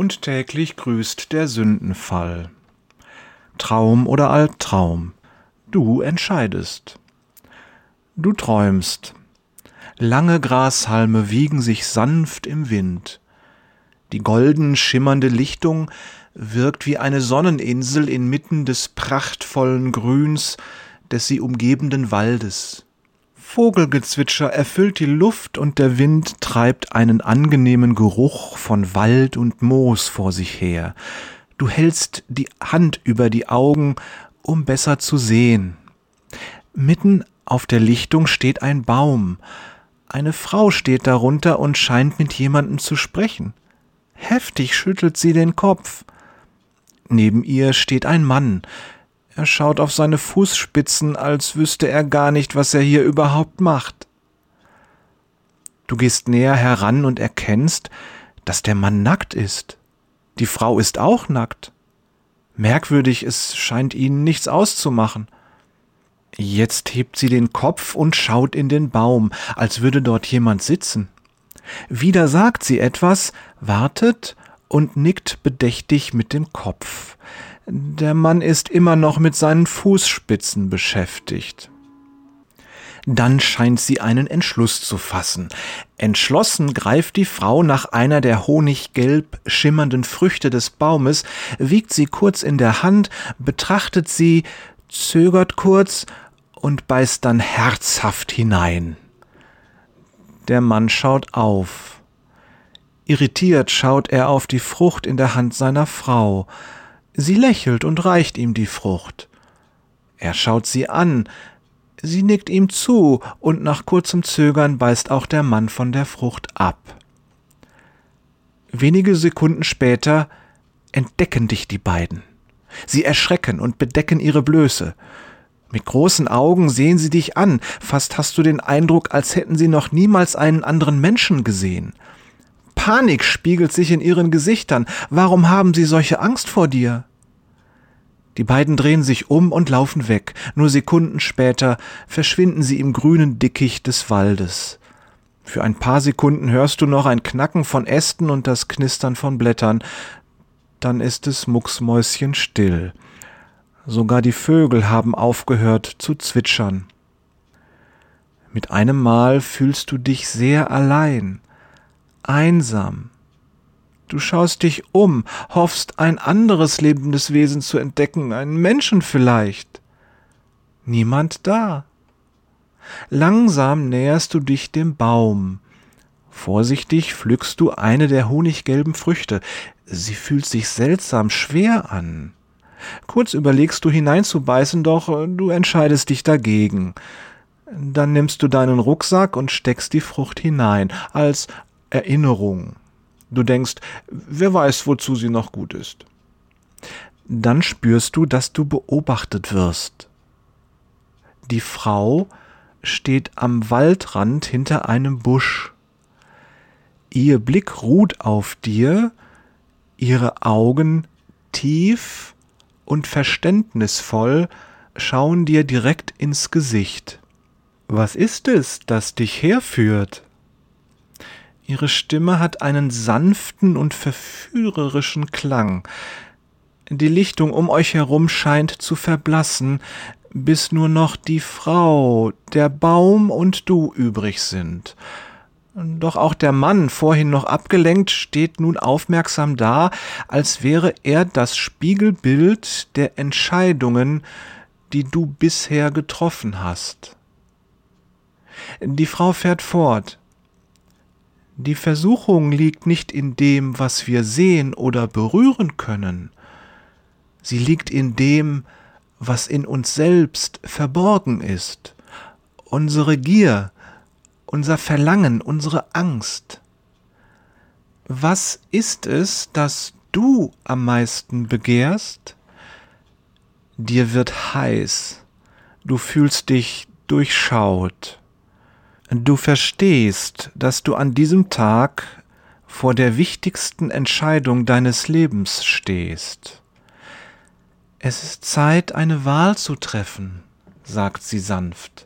und täglich grüßt der Sündenfall. Traum oder Albtraum, du entscheidest. Du träumst. Lange Grashalme wiegen sich sanft im Wind. Die golden schimmernde Lichtung wirkt wie eine Sonneninsel inmitten des prachtvollen Grüns des sie umgebenden Waldes. Vogelgezwitscher erfüllt die Luft und der Wind treibt einen angenehmen Geruch von Wald und Moos vor sich her. Du hältst die Hand über die Augen, um besser zu sehen. Mitten auf der Lichtung steht ein Baum. Eine Frau steht darunter und scheint mit jemandem zu sprechen. Heftig schüttelt sie den Kopf. Neben ihr steht ein Mann. Er schaut auf seine Fußspitzen, als wüsste er gar nicht, was er hier überhaupt macht. Du gehst näher heran und erkennst, dass der Mann nackt ist. Die Frau ist auch nackt. Merkwürdig, es scheint ihnen nichts auszumachen. Jetzt hebt sie den Kopf und schaut in den Baum, als würde dort jemand sitzen. Wieder sagt sie etwas, wartet und nickt bedächtig mit dem Kopf. Der Mann ist immer noch mit seinen Fußspitzen beschäftigt. Dann scheint sie einen Entschluss zu fassen. Entschlossen greift die Frau nach einer der honiggelb schimmernden Früchte des Baumes, wiegt sie kurz in der Hand, betrachtet sie, zögert kurz und beißt dann herzhaft hinein. Der Mann schaut auf. Irritiert schaut er auf die Frucht in der Hand seiner Frau. Sie lächelt und reicht ihm die Frucht. Er schaut sie an. Sie nickt ihm zu, und nach kurzem Zögern beißt auch der Mann von der Frucht ab. Wenige Sekunden später entdecken dich die beiden. Sie erschrecken und bedecken ihre Blöße. Mit großen Augen sehen sie dich an. Fast hast du den Eindruck, als hätten sie noch niemals einen anderen Menschen gesehen. Panik spiegelt sich in ihren Gesichtern. Warum haben sie solche Angst vor dir? Die beiden drehen sich um und laufen weg. Nur Sekunden später verschwinden sie im grünen Dickicht des Waldes. Für ein paar Sekunden hörst du noch ein Knacken von Ästen und das Knistern von Blättern. Dann ist es mucksmäuschenstill. Sogar die Vögel haben aufgehört zu zwitschern. Mit einem Mal fühlst du dich sehr allein, einsam. Du schaust dich um, hoffst, ein anderes lebendes Wesen zu entdecken, einen Menschen vielleicht. Niemand da. Langsam näherst du dich dem Baum. Vorsichtig pflückst du eine der honiggelben Früchte. Sie fühlt sich seltsam schwer an. Kurz überlegst du hineinzubeißen, doch du entscheidest dich dagegen. Dann nimmst du deinen Rucksack und steckst die Frucht hinein, als Erinnerung. Du denkst, wer weiß, wozu sie noch gut ist. Dann spürst du, dass du beobachtet wirst. Die Frau steht am Waldrand hinter einem Busch. Ihr Blick ruht auf dir, ihre Augen tief und verständnisvoll schauen dir direkt ins Gesicht. Was ist es, das dich herführt? Ihre Stimme hat einen sanften und verführerischen Klang. Die Lichtung um euch herum scheint zu verblassen, bis nur noch die Frau, der Baum und du übrig sind. Doch auch der Mann, vorhin noch abgelenkt, steht nun aufmerksam da, als wäre er das Spiegelbild der Entscheidungen, die du bisher getroffen hast. Die Frau fährt fort. Die Versuchung liegt nicht in dem, was wir sehen oder berühren können. Sie liegt in dem, was in uns selbst verborgen ist. Unsere Gier, unser Verlangen, unsere Angst. Was ist es, das du am meisten begehrst? Dir wird heiß. Du fühlst dich durchschaut. Du verstehst, dass du an diesem Tag vor der wichtigsten Entscheidung deines Lebens stehst. Es ist Zeit, eine Wahl zu treffen, sagt sie sanft.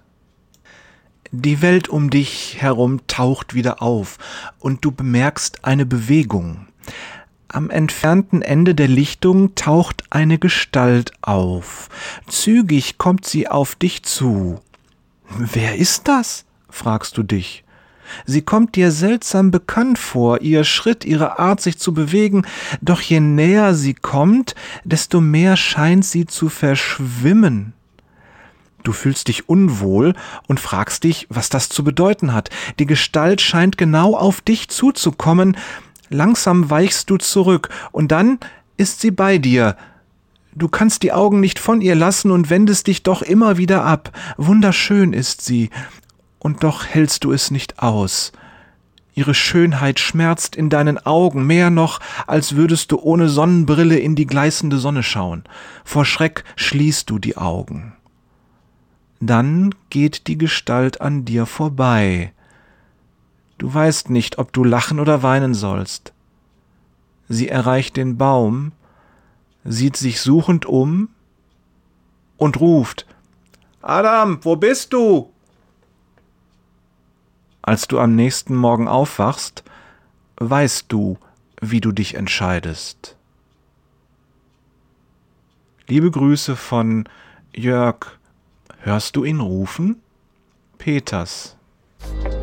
Die Welt um dich herum taucht wieder auf und du bemerkst eine Bewegung. Am entfernten Ende der Lichtung taucht eine Gestalt auf. Zügig kommt sie auf dich zu. »Wer ist das?« fragst du dich. Sie kommt dir seltsam bekannt vor, ihr Schritt, ihre Art, sich zu bewegen, doch je näher sie kommt, desto mehr scheint sie zu verschwimmen. Du fühlst dich unwohl und fragst dich, was das zu bedeuten hat. Die Gestalt scheint genau auf dich zuzukommen. Langsam weichst du zurück, und dann ist sie bei dir. Du kannst die Augen nicht von ihr lassen und wendest dich doch immer wieder ab. Wunderschön ist sie, und doch hältst du es nicht aus. Ihre Schönheit schmerzt in deinen Augen, mehr noch, als würdest du ohne Sonnenbrille in die gleißende Sonne schauen. Vor Schreck schließt du die Augen. Dann geht die Gestalt an dir vorbei. Du weißt nicht, ob du lachen oder weinen sollst. Sie erreicht den Baum, sieht sich suchend um und ruft: »Adam, wo bist du?« Als du am nächsten Morgen aufwachst, weißt du, wie du dich entscheidest. Liebe Grüße von Jörg. Hörst du ihn rufen? Peters.